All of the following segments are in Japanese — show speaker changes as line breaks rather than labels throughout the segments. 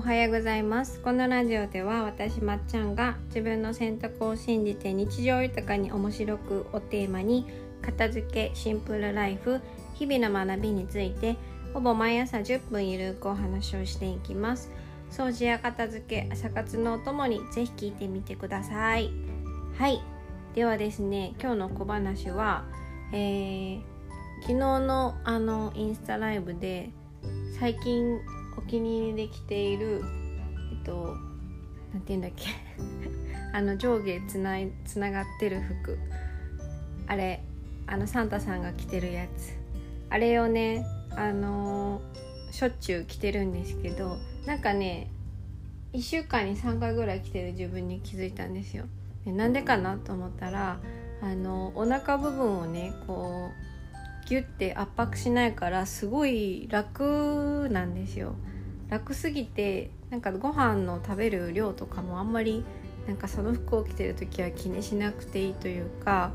はようございます。このラジオでは私まっちゃんが自分の選択を信じて日常豊かに面白くをテーマに片付け、シンプルライフ、日々の学びについてほぼ毎朝10分ゆるくお話をしていきます。掃除や片付け、朝活のお供にぜひ聞いてみてください。はい、ではですね、今日の小話は、昨日のインスタライブで最近お気に入りで着ているなんて言うんだっけ上下つながってる服、あれサンタさんが着てるやつ、あれをねしょっちゅう着てるんですけど、なんかね1週間に3回ぐらい着てる自分に気づいたんですよ。でなんでかなと思ったらお腹部分をねこうギュッて圧迫しないからすごい楽なんですよ。楽すぎてなんかご飯の食べる量とかもあんまりなんかその服を着てる時は気にしなくていいというか、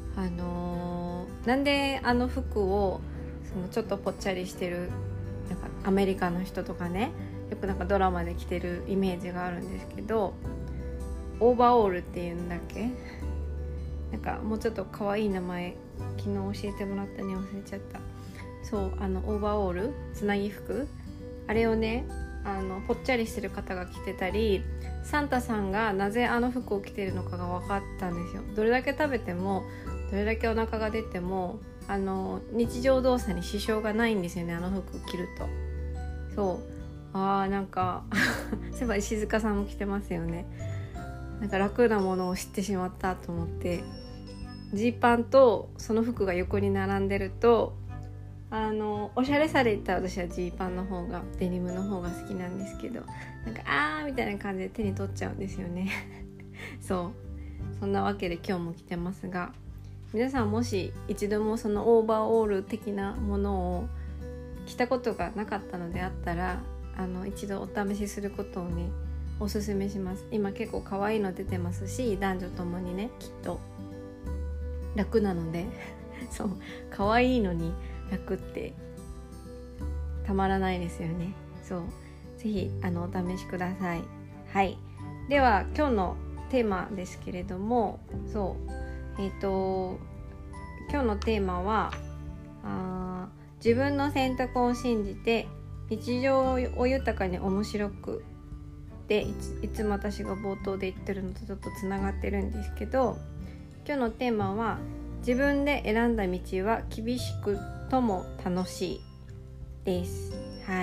なんで服をちょっとぽっちゃりしてるなんかアメリカの人とかねよくなんかドラマで着てるイメージがあるんですけど、オーバーオールっていうんだっけ、なんかもうちょっと可愛い名前昨日教えてもらったね、忘れちゃった。そうオーバーオールつなぎ服、あれをねぽっちゃりしてる方が着てたり、サンタさんがなぜ服を着てるのかが分かったんですよ。どれだけ食べてもどれだけお腹が出ても日常動作に支障がないんですよね、服着ると。そうなんかそういえば石塚さんも着てますよね。なんか楽なものを知ってしまったと思って、ジーパンとその服が横に並んでるとおしゃれさで言ったら私はジーパンの方がデニムの方が好きなんですけど、なんかみたいな感じで手に取っちゃうんですよねそんなわけで今日も着てますが、皆さんもし一度もそのオーバーオール的なものを着たことがなかったのであったら一度お試しすることをねおすすめします。今結構可愛いの出てますし、男女ともにねきっと楽なのでそう可愛いのに楽ってたまらないですよね。そうぜひお試しください。はい、では今日のテーマですけれども、今日のテーマは自分の選択を信じて日常を豊かに面白くで いつも私が冒頭で言ってるのとちょっとつながってるんですけど、今日のテーマは自分で選んだ道は厳しくとも楽しいです。はい、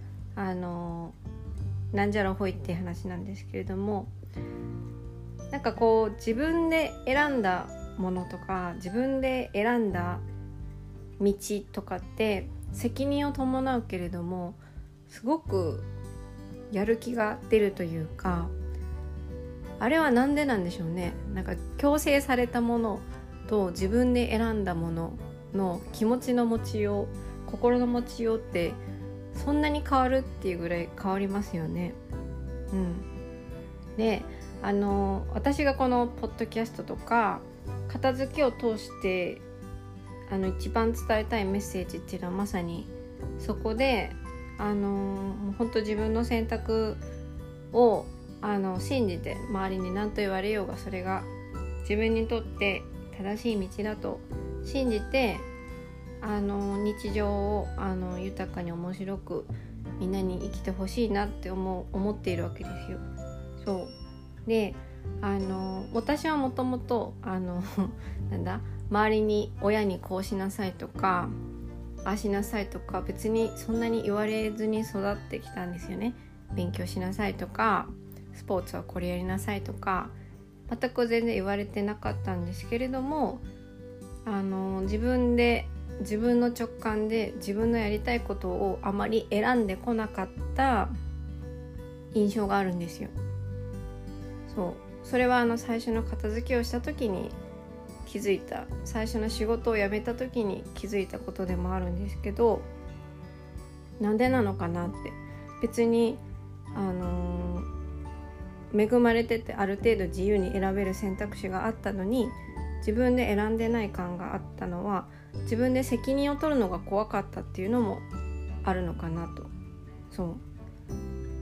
なんじゃらほいって話なんですけれども、なんかこう自分で選んだものとか自分で選んだ道とかって責任を伴うけれどもすごくやる気が出るというか、あれはなんでなんでしょうね。なんか強制されたものと自分で選んだものの気持ちの持ちよう、心の持ちようってそんなに変わるっていうぐらい変わりますよね。で私がこのポッドキャストとか片付けを通して一番伝えたいメッセージっていうのはまさにそこでもう本当自分の選択を信じて、周りに何と言われようがそれが自分にとって正しい道だと信じて日常を豊かに面白くみんなに生きてほしいなって思っているわけですよ。そうで私はもともと周りに親にこうしなさいとかああしなさいとか別にそんなに言われずに育ってきたんですよね。勉強しなさいとかスポーツはこれやりなさいとか全く全然言われてなかったんですけれども、自分の直感で自分のやりたいことをあまり選んでこなかった印象があるんですよ。それは最初の片付けをした時に気づいた、最初の仕事を辞めた時に気づいたことでもあるんですけど、なんでなのかなって。別に恵まれててある程度自由に選べる選択肢があったのに自分で選んでない感があったのは、自分で責任を取るのが怖かったっていうのもあるのかなと。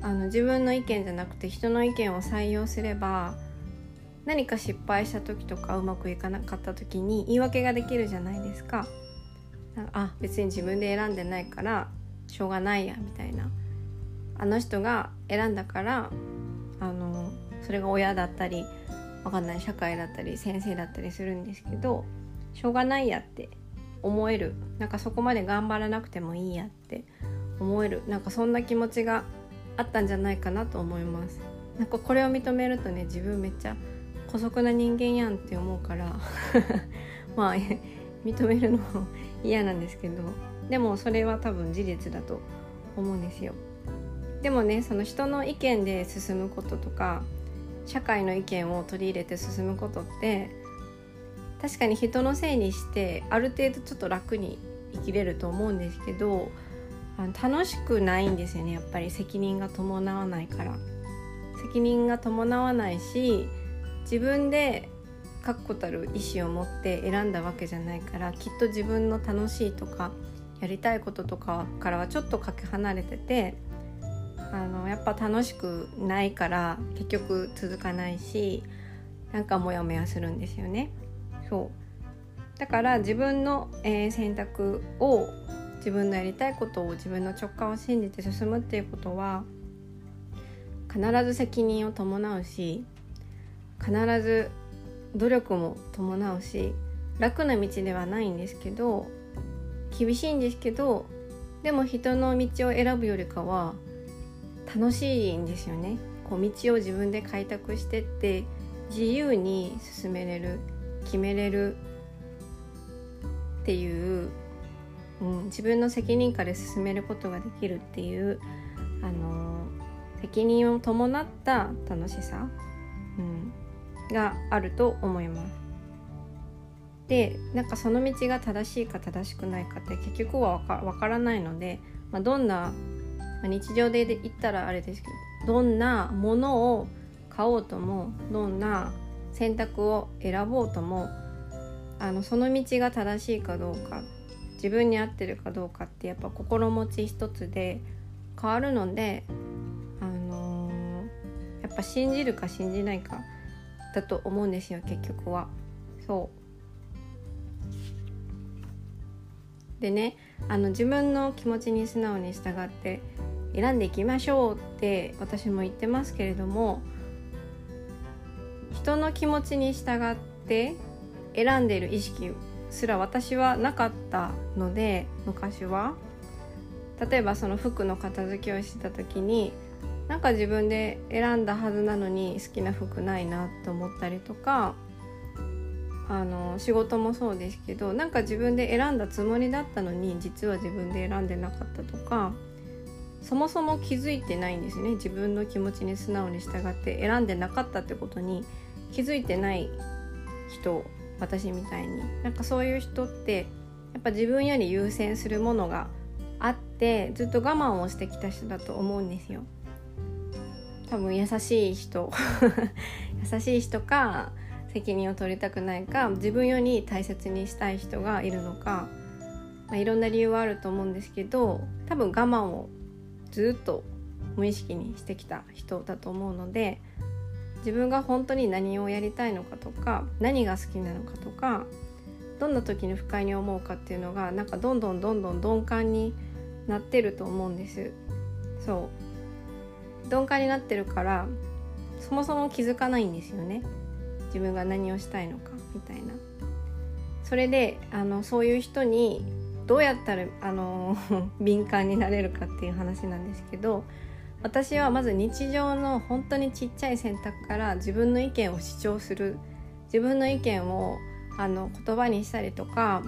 自分の意見じゃなくて人の意見を採用すれば、何か失敗した時とかうまくいかなかった時に言い訳ができるじゃないですか。別に自分で選んでないからしょうがないやみたいな、あの人が選んだからそれが親だったりわかんない社会だったり先生だったりするんですけど、しょうがないやって思える、なんかそこまで頑張らなくてもいいやって思える、なんかそんな気持ちがあったんじゃないかなと思います。なんかこれを認めるとね、自分めっちゃ姑息な人間やんって思うからまあ認めるのも嫌なんですけど、でもそれは多分事実だと思うんですよ。でもね、その人の意見で進むこととか社会の意見を取り入れて進むことって確かに人のせいにしてある程度ちょっと楽に生きれると思うんですけど、楽しくないんですよね。やっぱり責任が伴わないから。責任が伴わないし、自分で確固たる意思を持って選んだわけじゃないから、きっと自分の楽しいとかやりたいこととかからはちょっとかけ離れてて、やっぱ楽しくないから結局続かないし、なんかモヤモヤするんですよね。そうだから自分の、選択を、自分のやりたいことを、自分の直感を信じて進むっていうことは必ず責任を伴うし、必ず努力も伴うし、楽な道ではないんですけど、厳しいんですけど、でも人の道を選ぶよりかは楽しいんですよね。こう道を自分で開拓してって自由に進めれる、決めれるっていう、自分の責任下で進めることができるっていう、責任を伴った楽しさ、があると思います。で、なんかその道が正しいか正しくないかって結局は分からないので、どんな、日常で言ったらあれですけど、どんなものを買おうとも、どんな選択を選ぼうとも、その道が正しいかどうか、自分に合ってるかどうかってやっぱ心持ち一つで変わるので、やっぱ信じるか信じないかだと思うんですよ、結局は。そうでね、自分の気持ちに素直に従って選んでいきましょうって私も言ってますけれども、人の気持ちに従って選んでいる意識すら私はなかったので、昔は例えばその服の片付けをしてた時に、なんか自分で選んだはずなのに好きな服ないなと思ったりとか、仕事もそうですけど、なんか自分で選んだつもりだったのに実は自分で選んでなかったとか、そもそも気づいてないんですね。自分の気持ちに素直に従って選んでなかったってことに気づいてない人、私みたいに、なんかそういう人ってやっぱ自分より優先するものがあってずっと我慢をしてきた人だと思うんですよ。多分優しい人優しい人か、責任を取りたくないか、自分より大切にしたい人がいるのか、いろんな理由はあると思うんですけど、多分我慢をずっと無意識にしてきた人だと思うので、自分が本当に何をやりたいのかとか、何が好きなのかとか、どんな時に不快に思うかっていうのがなんかどんどん鈍感になってると思うんです。そう鈍感になってるから、そもそも気づかないんですよね、自分が何をしたいのかみたいな。それでそういう人にどうやったら敏感になれるかっていう話なんですけど、私はまず日常の本当にちっちゃい選択から自分の意見を主張する、自分の意見を言葉にしたりとか、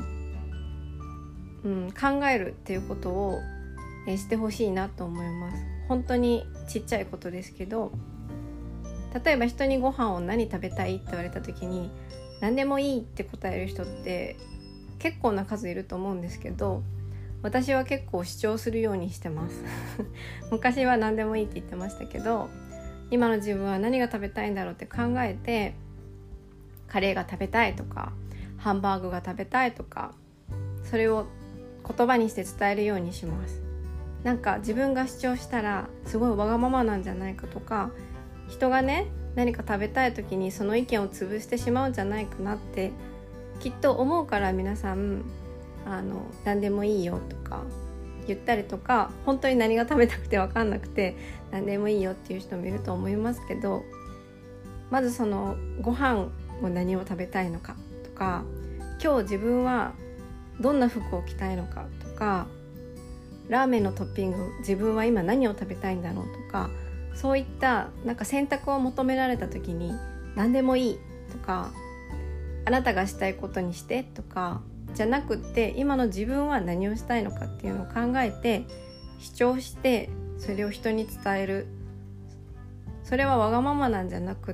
考えるっていうことを、してほしいなと思います。本当にちっちゃいことですけど、例えば人にご飯を何食べたいって言われた時に何でもいいって答える人って結構な数いると思うんですけど、私は結構主張するようにしてます昔は何でもいいって言ってましたけど、今の自分は何が食べたいんだろうって考えて、カレーが食べたいとかハンバーグが食べたいとか、それを言葉にして伝えるようにします。 なんか自分が主張したらすごいわがままなんじゃないかとか、人がね何か食べたい時にその意見を潰してしまうんじゃないかなってきっと思うから、皆さん何でもいいよとか言ったりとか、本当に何が食べたくて分かんなくて何でもいいよっていう人もいると思いますけど、まずそのご飯を何を食べたいのかとか、今日自分はどんな服を着たいのかとか、ラーメンのトッピング自分は今何を食べたいんだろうとか、そういったなんか選択を求められた時に何でもいいとか、あなたがしたいことにしてとかじゃなくって、今の自分は何をしたいのかっていうのを考えて主張して、それを人に伝える。それはわがままなんじゃなくって、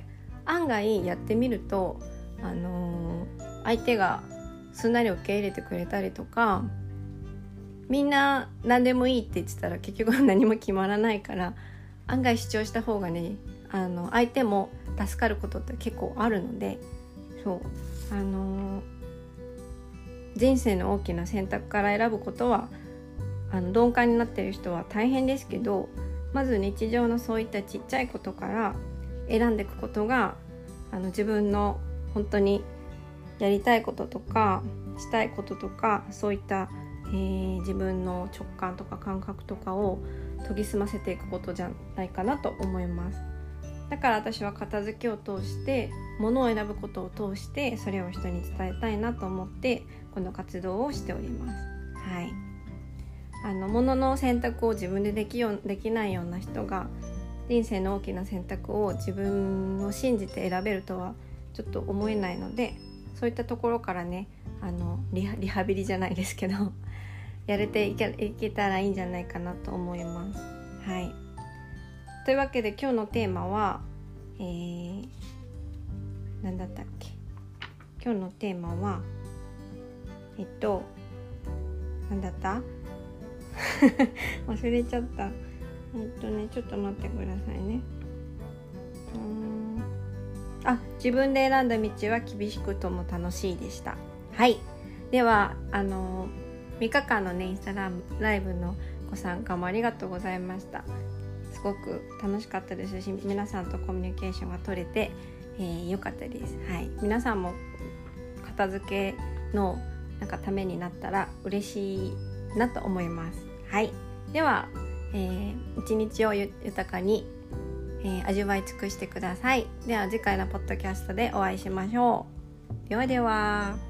案外やってみると、相手がすんなり受け入れてくれたりとか、みんな何でもいいって言ってたら結局何も決まらないから、案外主張した方がね、相手も助かることって結構あるので、そう人生の大きな選択から選ぶことは鈍感になっている人は大変ですけど、まず日常のそういったちっちゃいことから選んでいくことが自分の本当にやりたいこととかしたいこととか、そういった、自分の直感とか感覚とかを研ぎ澄ませていくことじゃないかなと思います。だから私は片付けを通して、物を選ぶことを通してそれを人に伝えたいなと思ってこの活動をしております。はい。物の選択を自分でできないような人が人生の大きな選択を自分を信じて選べるとはちょっと思えないので、そういったところからね、リハビリじゃないですけどやれていけたらいいんじゃないかなと思います。はい。というわけで今日のテーマは、何だったっけ。今日のテーマは何だった忘れちゃった。ちょっと待ってくださいね。自分で選んだ道は厳しくとも楽しいでした。はい。では3日間のねインスタライブのご参加もありがとうございました。すごく楽しかったですし、皆さんとコミュニケーションが取れて良かったです。はい。皆さんも片付けのためになったら嬉しいなと思います。はい。では、一日を豊かに、味わい尽くしてください。では次回のポッドキャストでお会いしましょう。ではでは。